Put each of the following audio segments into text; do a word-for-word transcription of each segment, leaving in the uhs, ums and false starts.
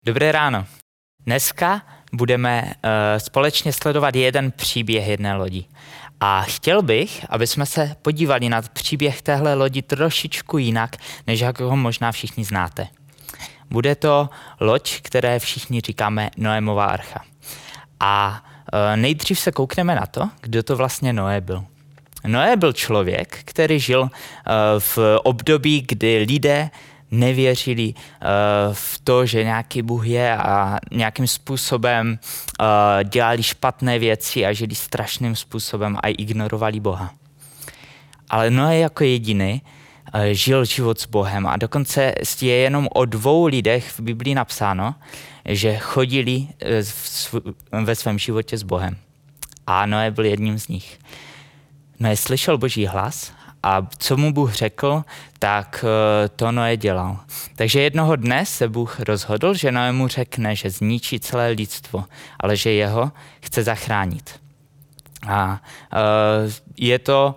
Dobré ráno. Dneska budeme uh, společně sledovat jeden příběh jedné lodi. A chtěl bych, aby jsme se podívali na příběh téhle lodi trošičku jinak, než jak ho možná všichni znáte. Bude to loď, které všichni říkáme Noémova archa. A uh, nejdřív se koukneme na to, kdo to vlastně Noé byl. Noé byl člověk, který žil uh, v období, kdy lidé nevěřili uh, v to, že nějaký Bůh je a nějakým způsobem uh, dělali špatné věci a žili strašným způsobem a ignorovali Boha. Ale Noé jako jediný uh, žil život s Bohem a dokonce je jenom o dvou lidech v Biblii napsáno, že chodili uh, ve svém životě s Bohem. A Noé byl jedním z nich. Noé slyšel Boží hlas a co mu Bůh řekl, tak to Noé dělal. Takže jednoho dne se Bůh rozhodl, že Noé mu řekne, že zničí celé lidstvo, ale že jeho chce zachránit. A je to,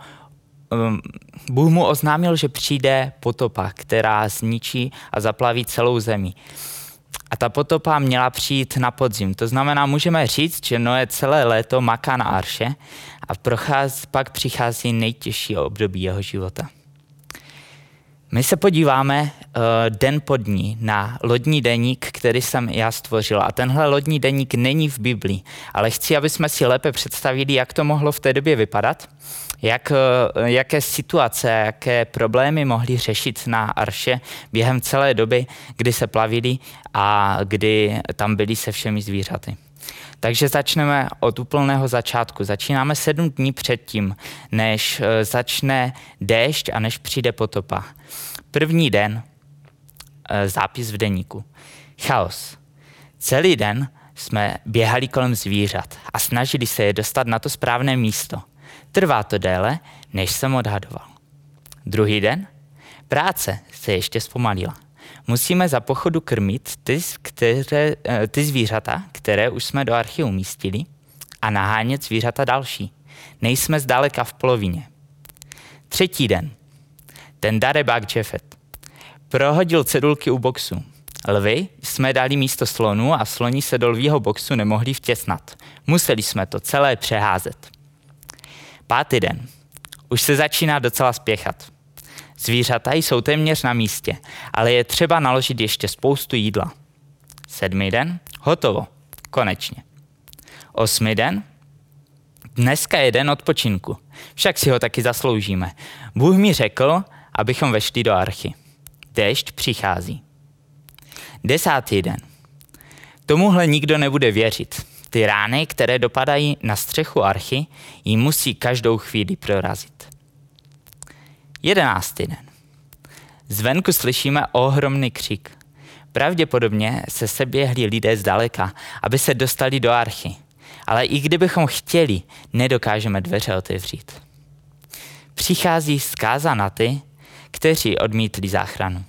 Bůh mu oznámil, že přijde potopa, která zničí a zaplaví celou zemi. A ta potopa měla přijít na podzim. To znamená, můžeme říct, že Noé celé léto maká na arše a procház, pak přichází nejtěžší období jeho života. My se podíváme uh, den po dní na lodní deník, který jsem já stvořil. A tenhle lodní deník není v Biblii, ale chci, aby jsme si lépe představili, jak to mohlo v té době vypadat, jak, uh, jaké situace, jaké problémy mohli řešit na arše během celé doby, kdy se plavili a kdy tam byli se všemi zvířaty. Takže začneme od úplného začátku. Začínáme sedm dní předtím, než začne déšť a než přijde potopa. První den, zápis v deníku. Chaos. Celý den jsme běhali kolem zvířat a snažili se je dostat na to správné místo. Trvá to déle, než jsem odhadoval. Druhý den, práce se ještě zpomalila. Musíme za pochodu krmit ty, které, ty zvířata, které už jsme do archy umístili, a nahánět zvířata další. Nejsme zdaleka v polovině. Třetí den. Ten darebák Jefet prohodil cedulky u boxu. Lvy jsme dali místo slonů a sloni se do lvího boxu nemohli vtěsnat. Museli jsme to celé přeházet. Pátý den. Už se začíná docela spěchat. Zvířata jsou téměř na místě, ale je třeba naložit ještě spoustu jídla. Sedmý den, hotovo, konečně. Osmý den, dneska je den odpočinku, však si ho taky zasloužíme. Bůh mi řekl, abychom vešli do archy. Déšť přichází. Desátý den, tomuhle nikdo nebude věřit. Ty rány, které dopadají na střechu archy, jí musí každou chvíli prorazit. Jedenáctý den. Zvenku slyšíme ohromný křik. Pravděpodobně se seběhli lidé zdaleka, aby se dostali do archy. Ale i kdybychom chtěli, nedokážeme dveře otevřít. Přichází zkáza na ty, kteří odmítli záchranu.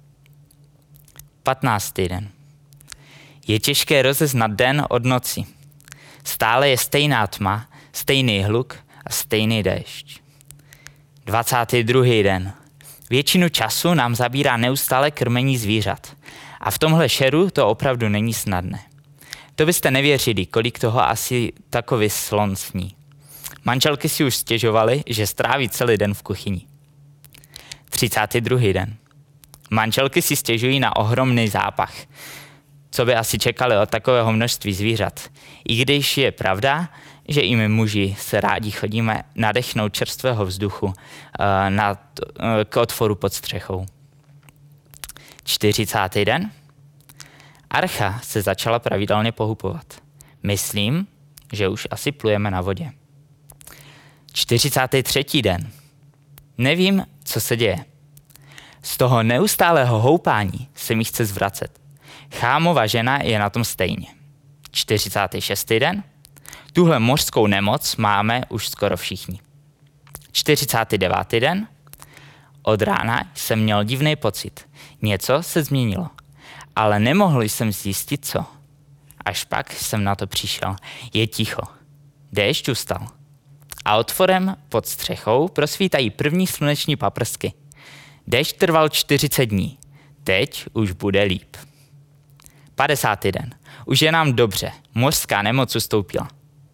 patnáctý den. Je těžké rozeznat den od noci. Stále je stejná tma, stejný hluk a stejný déšť. dvacátý druhý den. Většinu času nám zabírá neustále krmení zvířat. A v tomhle šeru to opravdu není snadné. To byste nevěřili, kolik toho asi takový slon sní. Manželky si už stěžovaly, že stráví celý den v kuchyni. třicátý druhý den. Manželky si stěžují na ohromný zápach. Co by asi čekali od takového množství zvířat. I když je pravda, že i my muži se rádi chodíme nadechnout čerstvého vzduchu uh, na t- uh, k otvoru pod střechou. čtyřicátý den. Archa se začala pravidelně pohupovat. Myslím, že už asi plujeme na vodě. čtyřicátý třetí den. Nevím, co se děje. Z toho neustálého houpání se mi chce zvracet. Chámova žena je na tom stejně. čtyřicátý šestý den. Tuhle mořskou nemoc máme už skoro všichni. čtyřicátý devátý den. Od rána jsem měl divný pocit. Něco se změnilo. Ale nemohl jsem zjistit, co. Až pak jsem na to přišel. Je ticho. Déšť ustal. A otvorem pod střechou prosvítají první sluneční paprsky. Déšť trval čtyřicet dní. Teď už bude líp. padesátý den. Už je nám dobře. Mořská nemoc ustoupila.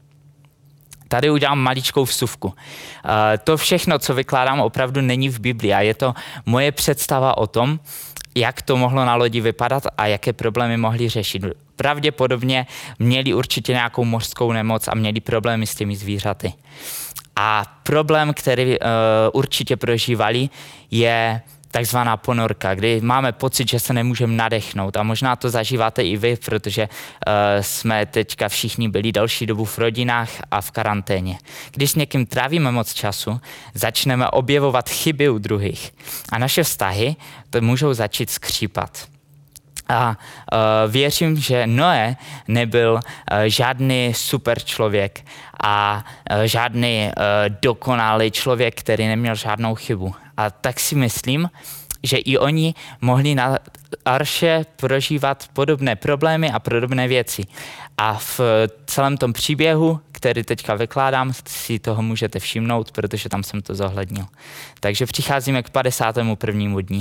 Tady udělám maličkou vsuvku. Uh, to všechno, co vykládám, opravdu není v Biblii a je to moje představa o tom, jak to mohlo na lodi vypadat a jaké problémy mohli řešit. Pravděpodobně měli určitě nějakou mořskou nemoc a měli problémy s těmi zvířaty. A problém, který uh, určitě prožívali, je takzvaná ponorka, kdy máme pocit, že se nemůžeme nadechnout a možná to zažíváte i vy, protože uh, jsme teďka všichni byli další dobu v rodinách a v karanténě. Když s někým trávíme moc času, začneme objevovat chyby u druhých a naše vztahy to můžou začít skřípat. A uh, věřím, že Noé nebyl uh, žádný super člověk a uh, žádný uh, dokonalý člověk, který neměl žádnou chybu. A tak si myslím, že i oni mohli na arše prožívat podobné problémy a podobné věci. A v celém tom příběhu, který teďka vykládám, si toho můžete všimnout, protože tam jsem to zohlednil. Takže přicházíme k padesátému prvnímu dni.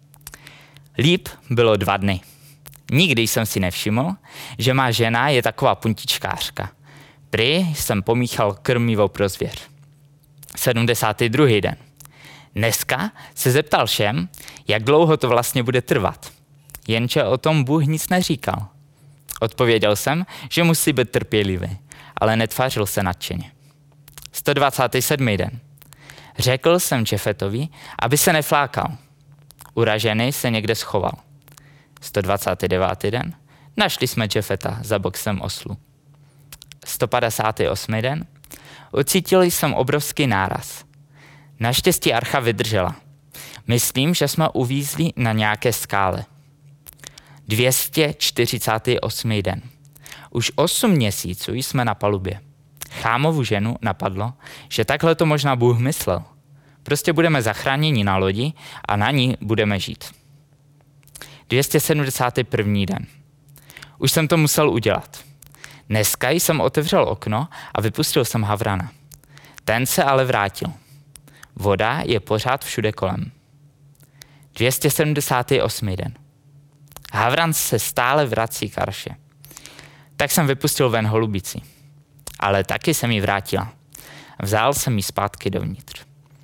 Líp bylo dva dny. Nikdy jsem si nevšiml, že má žena je taková puntičkářka. Prý jsem pomíchal krmivo pro zvěř. sedmdesátý druhý den. Dneska se zeptal všem, jak dlouho to vlastně bude trvat. Jenže o tom Bůh nic neříkal. Odpověděl jsem, že musí být trpělivý, ale netvářil se nadšeně. sto dvacátý sedmý den. Řekl jsem Jefetovi, aby se neflákal. Uražený se někde schoval. sto dvacátý devátý den. Našli jsme Jefeta za boxem oslu. sto padesátý osmý den. Ucítil jsem obrovský náraz. Naštěstí archa vydržela. Myslím, že jsme uvízli na nějaké skále. dvě stě čtyřicátý osmý den. Už osm měsíců jsme na palubě. Chámovu ženu napadlo, že takhle to možná Bůh myslel. Prostě budeme zachráněni na lodi a na ní budeme žít. dvě stě sedmdesátý první den. Už jsem to musel udělat. Dneska jsem otevřel okno a vypustil jsem havrana. Ten se ale vrátil. Voda je pořád všude kolem. dvě stě sedmdesátý osmý den. Havran se stále vrací k arše. Tak jsem vypustil ven holubici. Ale taky se mi vrátila. Vzal jsem ji zpátky dovnitř.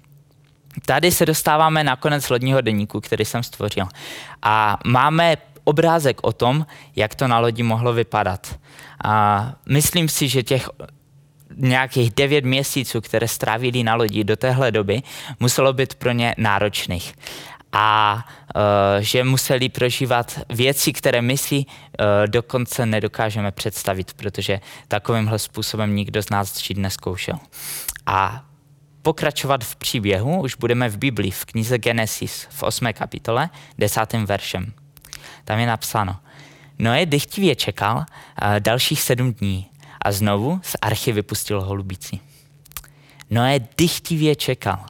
Tady se dostáváme na konec lodního deníku, který jsem stvořil. A máme obrázek o tom, jak to na lodi mohlo vypadat. A myslím si, že těch nějakých devět měsíců, které strávili na lodi do téhle doby, muselo být pro ně náročných. A uh, že museli prožívat věci, které my si uh, dokonce nedokážeme představit, protože takovýmhle způsobem nikdo z nás žít neskoušel. A pokračovat v příběhu už budeme v Biblii, v knize Genesis, v osmé kapitole, desátým veršem. Tam je napsáno: Noé dychtivě čekal uh, dalších sedm dní a znovu z archy vypustil holubici. Noé dychtivě čekal.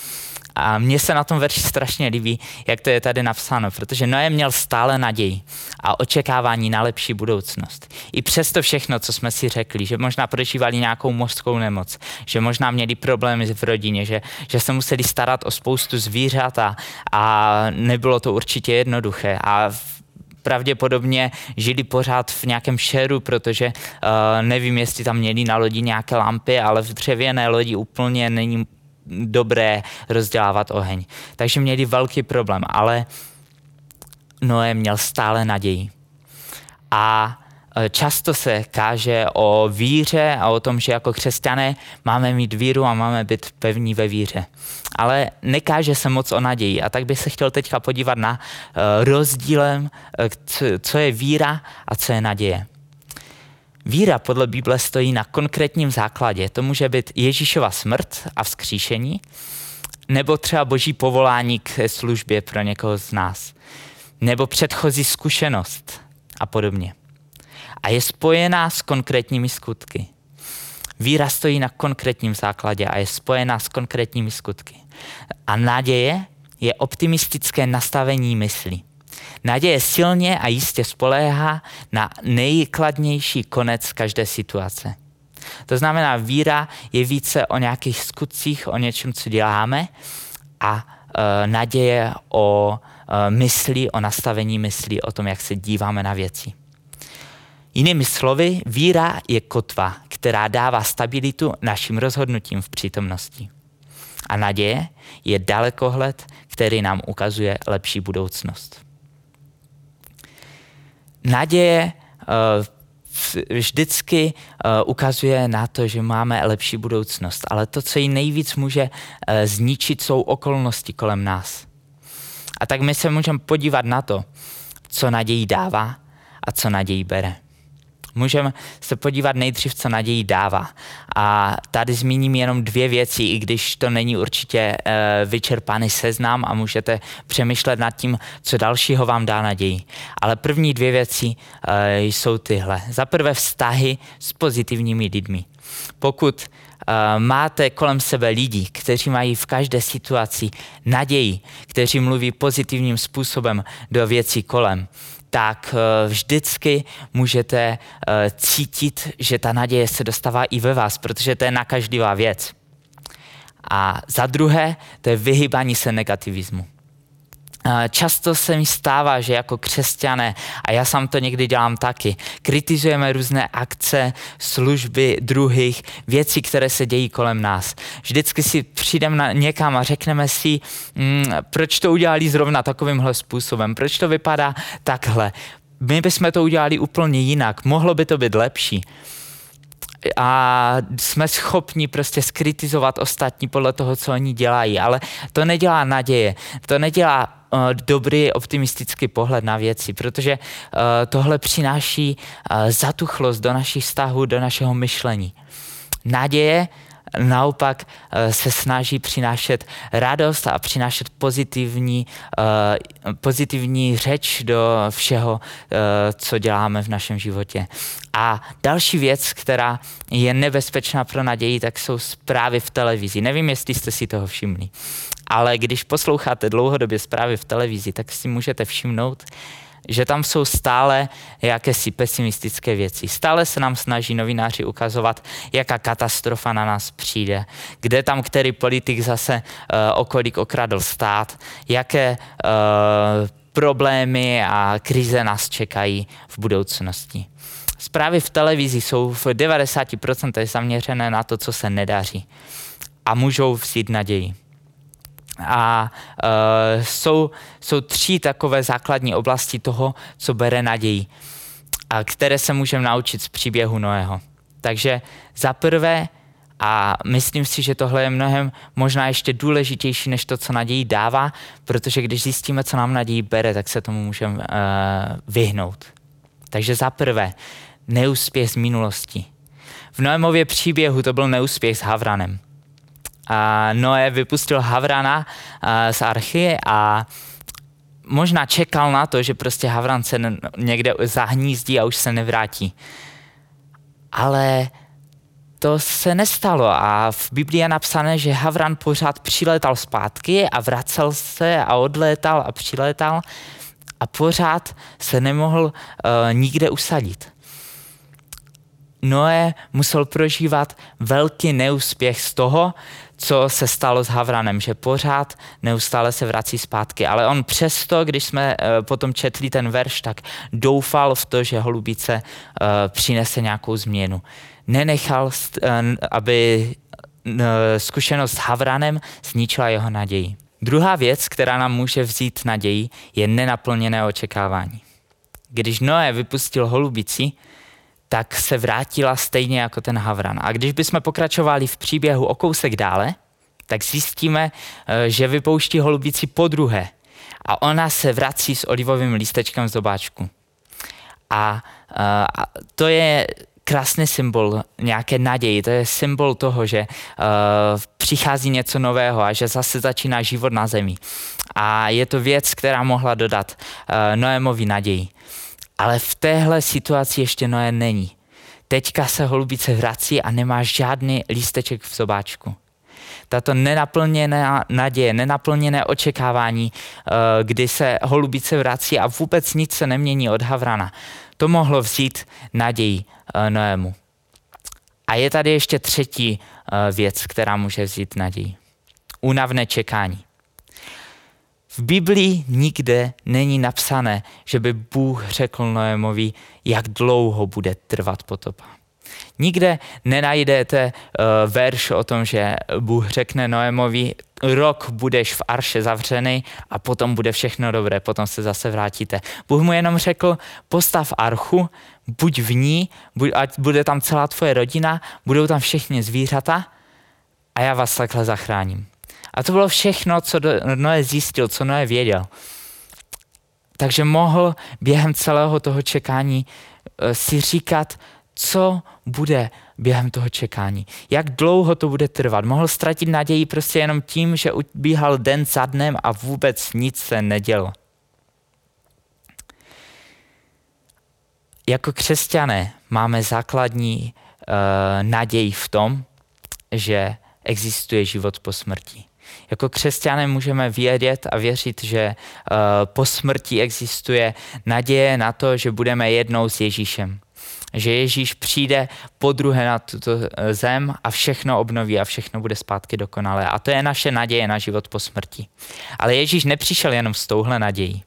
A mně se na tom verši strašně líbí, jak to je tady napsáno, protože Noé měl stále naději a očekávání na lepší budoucnost. I přesto všechno, co jsme si řekli, že možná prožívali nějakou mořskou nemoc, že možná měli problémy v rodině, že, že se museli starat o spoustu zvířat a, a nebylo to určitě jednoduché. A pravděpodobně žili pořád v nějakém šeru, protože uh, nevím, jestli tam měli na lodi nějaké lampy, ale v dřevěné lodi úplně není dobré rozdělávat oheň. Takže měli velký problém, ale Noé měl stále naději. A často se káže o víře a o tom, že jako křesťané máme mít víru a máme být pevní ve víře. Ale nekáže se moc o naději. A tak bych se chtěl teďka podívat na rozdílem, co je víra a co je naděje. Víra podle Bible stojí na konkrétním základě. To může být Ježíšova smrt a vzkříšení, nebo třeba boží povolání k službě pro někoho z nás, nebo předchozí zkušenost a podobně. A je spojená s konkrétními skutky. Víra stojí na konkrétním základě a je spojená s konkrétními skutky. A naděje je optimistické nastavení mysli. Naděje silně a jistě spoléhá na nejkladnější konec každé situace. To znamená, víra je více o nějakých skutcích, o něčem, co děláme, a e, naděje o e, mysli, o nastavení mysli, o tom, jak se díváme na věci. Jinými slovy, víra je kotva, která dává stabilitu našim rozhodnutím v přítomnosti. A naděje je dalekohled, který nám ukazuje lepší budoucnost. Naděje uh, vždycky uh, ukazuje na to, že máme lepší budoucnost, ale to, co ji nejvíc může uh, zničit, jsou okolnosti kolem nás. A tak my se můžeme podívat na to, co naději dává a co naději bere. Můžeme se podívat nejdřív, co naději dává. A tady zmíním jenom dvě věci, i když to není určitě e, vyčerpaný seznam a můžete přemýšlet nad tím, co dalšího vám dá naději. Ale první dvě věci e, jsou tyhle. Za prvé vztahy s pozitivními lidmi. Pokud uh, máte kolem sebe lidi, kteří mají v každé situaci naději, kteří mluví pozitivním způsobem do věcí kolem, tak uh, vždycky můžete uh, cítit, že ta naděje se dostává i ve vás, protože to je nakažlivá věc. A za druhé, to je vyhýbání se negativismu. Často se mi stává, že jako křesťané, a já sám to někdy dělám taky, kritizujeme různé akce, služby druhých, věci, které se dějí kolem nás. Vždycky si přijdeme na někam a řekneme si, mm, proč to udělali zrovna takovýmhle způsobem, proč to vypadá takhle. My bychom to udělali úplně jinak, mohlo by to být lepší. A jsme schopni prostě skritizovat ostatní podle toho, co oni dělají, ale to nedělá naděje, to nedělá uh, dobrý optimistický pohled na věci, protože uh, tohle přináší uh, zatuchlost do našich vztahů, do našeho myšlení. Naděje naopak uh, se snaží přinášet radost a přinášet pozitivní, uh, pozitivní řeč do všeho, uh, co děláme v našem životě. A další věc, která je nebezpečná pro naději, tak jsou zprávy v televizi. Nevím, jestli jste si toho všimli, ale když posloucháte dlouhodobě zprávy v televizi, tak si můžete všimnout, že tam jsou stále jakési pesimistické věci. Stále se nám snaží novináři ukazovat, jaká katastrofa na nás přijde, kde tam který politik zase uh, okolik okradl stát, jaké uh, problémy a krize nás čekají v budoucnosti. Zprávy v televizi jsou v devadesát procent zaměřené na to, co se nedaří a můžou vzít naději. A uh, jsou, jsou tři takové základní oblasti toho, co bere naději, a které se můžeme naučit z příběhu Noého. Takže za prvé, a myslím si, že tohle je mnohem možná ještě důležitější než to, co naději dává, protože když zjistíme, co nám naději bere, tak se tomu můžeme uh, vyhnout. Takže za prvé, neúspěch z minulosti. V Noémově příběhu to byl neúspěch s havranem. A Noé vypustil havrana z archy a možná čekal na to, že prostě havran se někde zahnízdí a už se nevrátí. Ale to se nestalo a v Biblii je napsané, že havran pořád přilétal zpátky a vracel se a odlétal a přilétal a pořád se nemohl uh, nikde usadit. Noé musel prožívat velký neúspěch z toho, co se stalo s havranem, že pořád neustále se vrací zpátky. Ale on přesto, když jsme uh, potom četli ten verš, tak doufal v to, že holubice uh, přinese nějakou změnu. Nenechal, uh, aby uh, zkušenost s havranem zničila jeho naději. Druhá věc, která nám může vzít naději, je nenaplněné očekávání. Když Noé vypustil holubici, tak se vrátila stejně jako ten havran. A když bychom pokračovali v příběhu o kousek dále, tak zjistíme, že vypouští holubici podruhé. A ona se vrací s olivovým lístečkem z dobáčku. A, a to je krásný symbol nějaké naději. To je symbol toho, že uh, přichází něco nového a že zase začíná život na zemi. A je to věc, která mohla dodat uh, Noémovi naději. Ale v téhle situaci ještě Noé není. Teďka se holubice vrací a nemá žádný lísteček v zobáčku. Tato nenaplněná naděje, nenaplněné očekávání, kdy se holubice vrací a vůbec nic se nemění od havrana, to mohlo vzít naději Noému. A je tady ještě třetí věc, která může vzít naději. Únavné čekání. V Biblii nikde není napsané, že by Bůh řekl Noémovi, jak dlouho bude trvat potopa. Nikde nenajdete uh, verš o tom, že Bůh řekne Noémovi, rok budeš v arše zavřený a potom bude všechno dobré, potom se zase vrátíte. Bůh mu jenom řekl, postav archu, buď v ní, buď, ať bude tam celá tvoje rodina, budou tam všechny zvířata a já vás takhle zachráním. A to bylo všechno, co Noé zjistil, co Noé věděl. Takže mohl během celého toho čekání si říkat, co bude během toho čekání. Jak dlouho to bude trvat. Mohl ztratit naději prostě jenom tím, že ubíhal den za dnem a vůbec nic se nedělo. Jako křesťané máme základní uh, naději v tom, že existuje život po smrti. Jako křesťané můžeme vědět a věřit, že uh, po smrti existuje naděje na to, že budeme jednou s Ježíšem. Že Ježíš přijde podruhé na tuto zem a všechno obnoví a všechno bude zpátky dokonalé. A to je naše naděje na život po smrti. Ale Ježíš nepřišel jenom s touhle nadějí.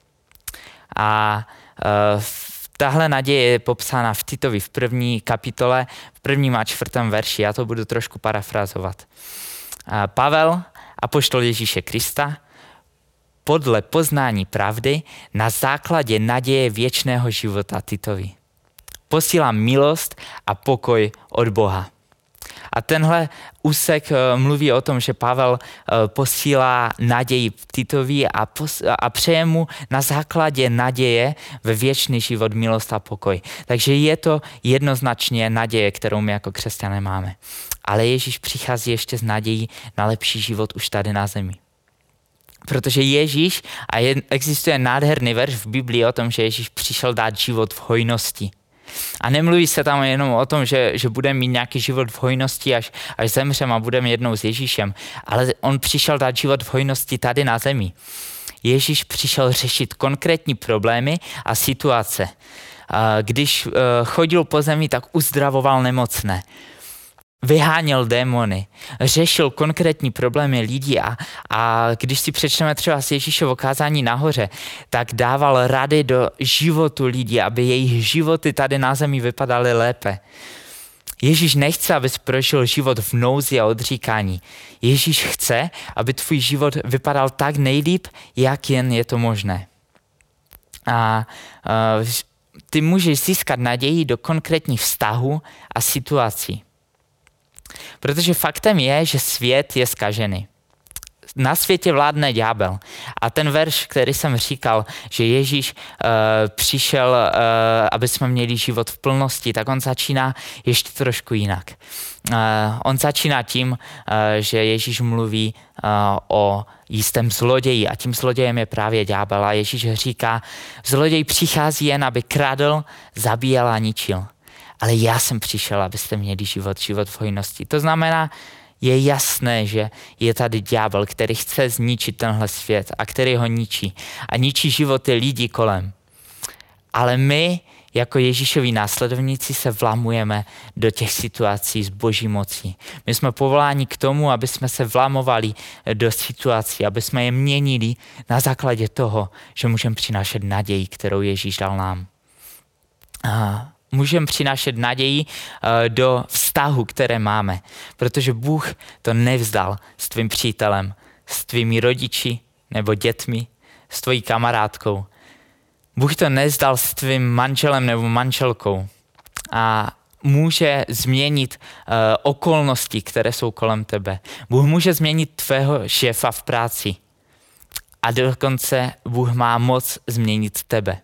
A uh, tahle naděje je popsána v Titovi v první kapitole, v prvním a čtvrtém verši. Já to budu trošku parafrazovat. Uh, Pavel, apoštol Ježíše Krista, podle poznání pravdy na základě naděje věčného života Titovi. Posílám milost a pokoj od Boha. A tenhle úsek mluví o tom, že Pavel posílá naději Titovi a, pos- a přeje mu na základě naděje ve věčný život milost a pokoj. Takže je to jednoznačně naděje, kterou my jako křesťané máme. Ale Ježíš přichází ještě s nadějí na lepší život už tady na zemi. Protože Ježíš, a je, existuje nádherný verš v Biblii o tom, že Ježíš přišel dát život v hojnosti. A nemluví se tam jenom o tom, že, že budeme mít nějaký život v hojnosti, až, až zemřeme a budeme jednou s Ježíšem, ale on přišel dát život v hojnosti tady na zemi. Ježíš přišel řešit konkrétní problémy a situace. Když chodil po zemi, tak uzdravoval nemocné. Vyháněl démony, řešil konkrétní problémy lidí a, a když si přečteme třeba z Ježíšovo kázání nahoře, tak dával rady do životu lidí, aby jejich životy tady na zemi vypadaly lépe. Ježíš nechce, abys prožil život v nouzi a odříkání. Ježíš chce, aby tvůj život vypadal tak nejlíp, jak jen je to možné. A, a ty můžeš získat naději do konkrétních vztahů a situací. Protože faktem je, že svět je zkažený. Na světě vládne ďábel. A ten verš, který jsem říkal, že Ježíš uh, přišel, uh, aby jsme měli život v plnosti, tak on začíná ještě trošku jinak. Uh, on začíná tím, uh, že Ježíš mluví uh, o jistém zloději a tím zlodějem je právě ďábel. A Ježíš říká, zloděj přichází jen, aby kradl, zabíjel a ničil. Ale já jsem přišel, abyste měli život, život v hojnosti. To znamená, je jasné, že je tady ďábel, který chce zničit tenhle svět a který ho ničí. A ničí životy lidí kolem. Ale my, jako Ježíšoví následovníci, se vlamujeme do těch situací s boží mocí. My jsme povoláni k tomu, aby jsme se vlamovali do situací, aby jsme je měnili na základě toho, že můžeme přinášet naději, kterou Ježíš dal nám. A můžeme přinášet naději do vztahu, které máme, protože Bůh to nevzdal s tvým přítelem, s tvými rodiči nebo dětmi, s tvojí kamarádkou. Bůh to nevzdal s tvým manželem nebo manželkou a může změnit uh, okolnosti, které jsou kolem tebe. Bůh může změnit tvého šéfa v práci a dokonce Bůh má moc změnit tebe.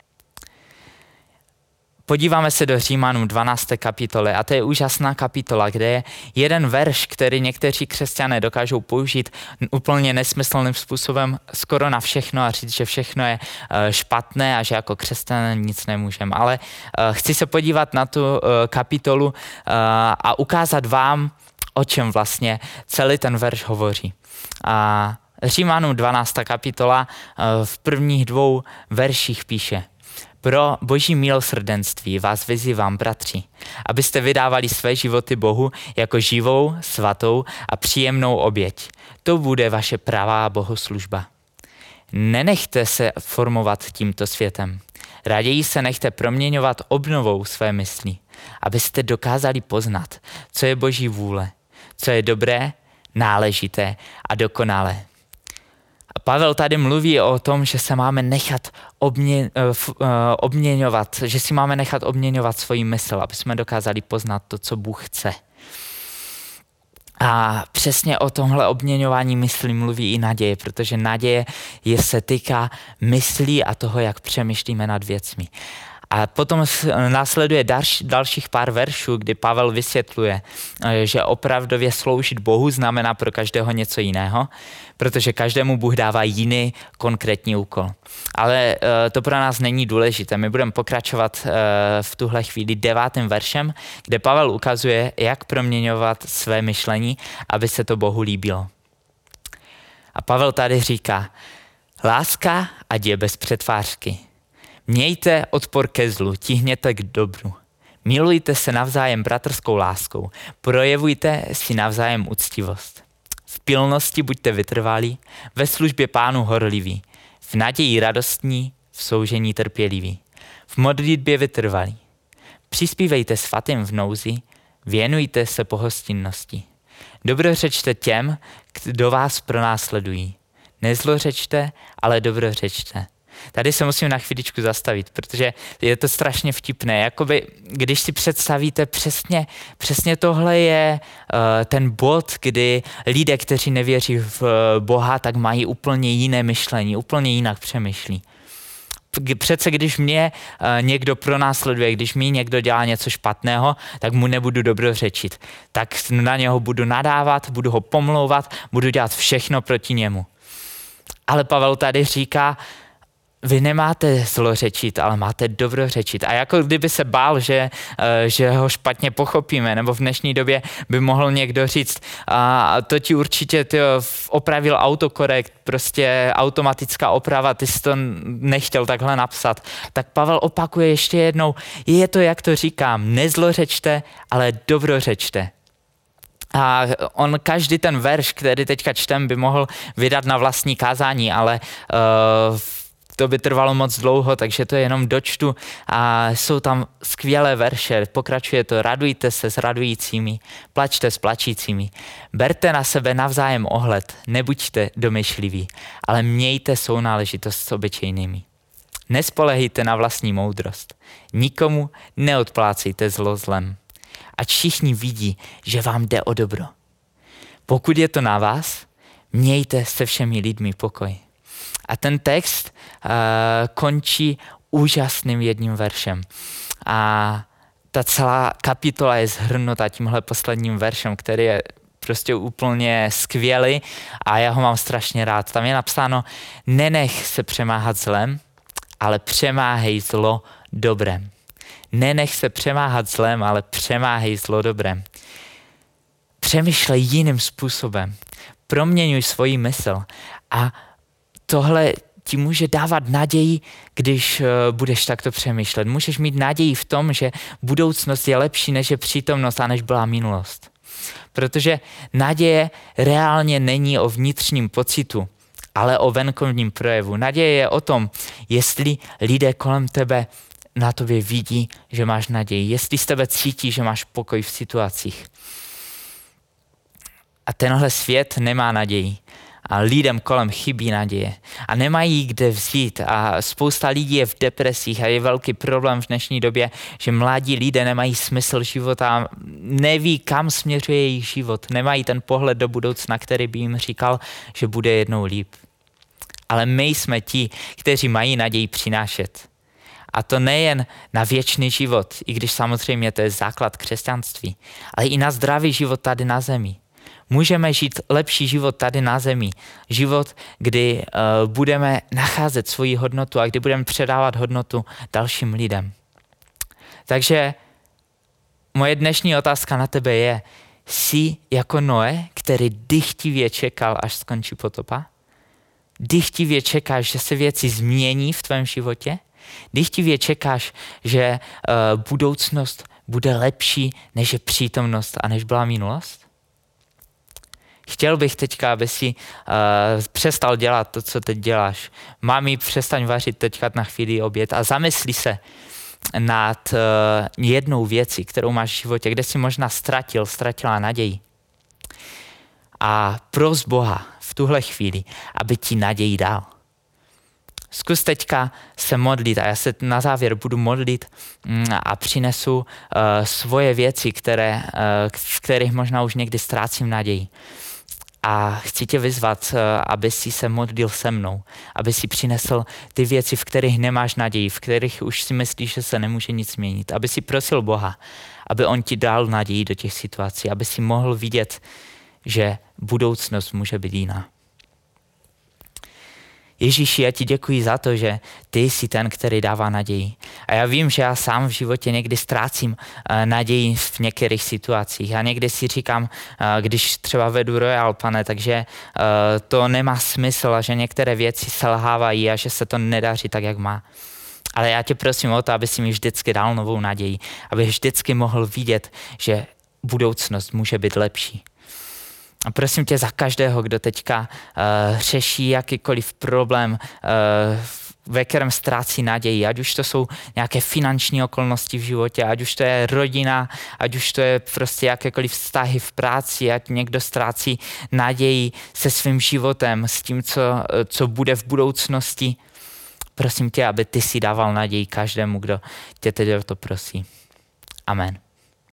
Podíváme se do Římanům dvanácté kapitoly a to je úžasná kapitola, kde je jeden verš, který někteří křesťané dokážou použít úplně nesmyslným způsobem skoro na všechno a říct, že všechno je špatné a že jako křesťané nic nemůžeme. Ale chci se podívat na tu kapitolu a ukázat vám, o čem vlastně celý ten verš hovoří. A Římanům dvanáctá kapitola v prvních dvou verších píše: Pro boží milosrdenství vás vyzývám, bratři, abyste vydávali své životy Bohu jako živou, svatou a příjemnou oběť. To bude vaše pravá bohoslužba. Nenechte se formovat tímto světem. Raději se nechte proměňovat obnovou své mysli, abyste dokázali poznat, co je Boží vůle, co je dobré, náležité a dokonalé. A Pavel tady mluví o tom, že se máme nechat obmě, uh, obměňovat, že si máme nechat obměňovat svoji mysl, aby jsme dokázali poznat to, co Bůh chce. A přesně o tomhle obměňování myslí mluví i naděje, protože naděje je se týká myslí a toho, jak přemýšlíme nad věcmi. A potom následuje další, dalších pár veršů, kdy Pavel vysvětluje, že opravdově sloužit Bohu znamená pro každého něco jiného, protože každému Bůh dává jiný konkrétní úkol. Ale to pro nás není důležité. My budeme pokračovat v tuhle chvíli devátým veršem, kde Pavel ukazuje, jak proměňovat své myšlení, aby se to Bohu líbilo. A Pavel tady říká, láska ať je bez přetvářky. Mějte odpor ke zlu, tíhněte k dobru. Milujte se navzájem bratrskou láskou, projevujte si navzájem úctivost. V pilnosti buďte vytrvalí, ve službě Pánu horliví, v naději radostní, v soužení trpěliví, v modlitbě vytrvalí. Přispívejte svatým v nouzi, věnujte se pohostinnosti. Dobrořečte těm, kdo vás pronásledují. Nezlořečte, ale dobrořečte. Tady se musím na chvíličku zastavit, protože je to strašně vtipné. Jakoby, když si představíte přesně, přesně tohle je uh, ten bod, kdy lidé, kteří nevěří v uh, Boha, tak mají úplně jiné myšlení, úplně jinak přemýšlí. Přece když mě uh, někdo pronásleduje, když mi někdo dělá něco špatného, tak mu nebudu dobrořečit. Tak na něho budu nadávat, budu ho pomlouvat, budu dělat všechno proti němu. Ale Pavel tady říká, vy nemáte zlořečit, ale máte dobrořečit. A jako kdyby se bál, že, že ho špatně pochopíme, nebo v dnešní době by mohl někdo říct, a to ti určitě ty opravil autokorekt, prostě automatická oprava, ty jsi to nechtěl takhle napsat. Tak Pavel opakuje ještě jednou, je to, jak to říkám, nezlořečte, ale dobrořečte. A on každý ten verš, který teďka čtem, by mohl vydat na vlastní kázání, ale uh, to by trvalo moc dlouho, takže to jenom dočtu a jsou tam skvělé verše, pokračuje to, radujte se s radujícími, plačte s plačícími, berte na sebe navzájem ohled, nebuďte domyšliví, ale mějte sounáležitost s obyčejnými. Nespolehejte na vlastní moudrost, nikomu neodplácejte zlo zlem, ať všichni vidí, že vám jde o dobro. Pokud je to na vás, mějte se všemi lidmi pokoj. A ten text uh, končí úžasným jedním veršem. A ta celá kapitola je shrnuta tímhle posledním veršem, který je prostě úplně skvělý a já ho mám strašně rád. Tam je napsáno, nenech se přemáhat zlem, ale přemáhej zlo dobrem. Nenech se přemáhat zlem, ale přemáhej zlo dobrem. Přemýšlej jiným způsobem. Proměňuj svoji mysl a tohle ti může dávat naději, když uh, budeš takto přemýšlet. Můžeš mít naději v tom, že budoucnost je lepší, než je přítomnost a než byla minulost. Protože naděje reálně není o vnitřním pocitu, ale o venkovním projevu. Naděje je o tom, jestli lidé kolem tebe na tobě vidí, že máš naději, jestli z tebe cítí, že máš pokoj v situacích. A tenhle svět nemá naději. A lidem kolem chybí naděje a nemají kde vzít a spousta lidí je v depresích a je velký problém v dnešní době, že mladí lidé nemají smysl života, neví, kam směřuje jejich život, nemají ten pohled do budoucna, který by jim říkal, že bude jednou líp. Ale my jsme ti, kteří mají naději přinášet. A to nejen na věčný život, i když samozřejmě to je základ křesťanství, ale i na zdravý život tady na zemi. Můžeme žít lepší život tady na zemi. Život, kdy uh, budeme nacházet svoji hodnotu a kdy budeme předávat hodnotu dalším lidem. Takže moje dnešní otázka na tebe je, jsi jako Noé, který dychtivě čekal, až skončí potopa? Dychtivě čekáš, že se věci změní v tvém životě? Dychtivě čekáš, že uh, budoucnost bude lepší, než je přítomnost a než byla minulost? Chtěl bych teďka, aby si uh, přestal dělat to, co teď děláš. Mami, přestaň vařit teďka na chvíli oběd a zamysli se nad uh, jednou věcí, kterou máš v životě, kde jsi možná ztratil, ztratila naději. A pros Boha v tuhle chvíli, aby ti naději dal. Zkus teďka se modlit a já se na závěr budu modlit a přinesu uh, svoje věci, které, uh, v kterých možná už někdy ztrácím naději. A chci tě vyzvat, uh, aby si se modlil se mnou, aby si přinesl ty věci, v kterých nemáš naději, v kterých už si myslíš, že se nemůže nic změnit. Aby si prosil Boha, aby on ti dal naději do těch situací, aby si mohl vidět, že budoucnost může být jiná. Ježíši, já ti děkuji za to, že ty jsi ten, který dává naději. A já vím, že já sám v životě někdy ztrácím uh, naději v některých situacích. A někdy si říkám, uh, když třeba vedu Royal, Pane, takže uh, to nemá smysl a že některé věci selhávají a že se to nedaří tak, jak má. Ale já tě prosím o to, aby si mi vždycky dal novou naději. Abych vždycky mohl vidět, že budoucnost může být lepší. A prosím tě za každého, kdo teďka uh, řeší jakýkoliv problém, uh, ve kterém ztrácí naději, ať už to jsou nějaké finanční okolnosti v životě, ať už to je rodina, ať už to je prostě jakékoliv vztahy v práci, ať někdo ztrácí naději se svým životem, s tím, co, co bude v budoucnosti. Prosím tě, aby ty si dával naději každému, kdo tě teď o to prosí. Amen.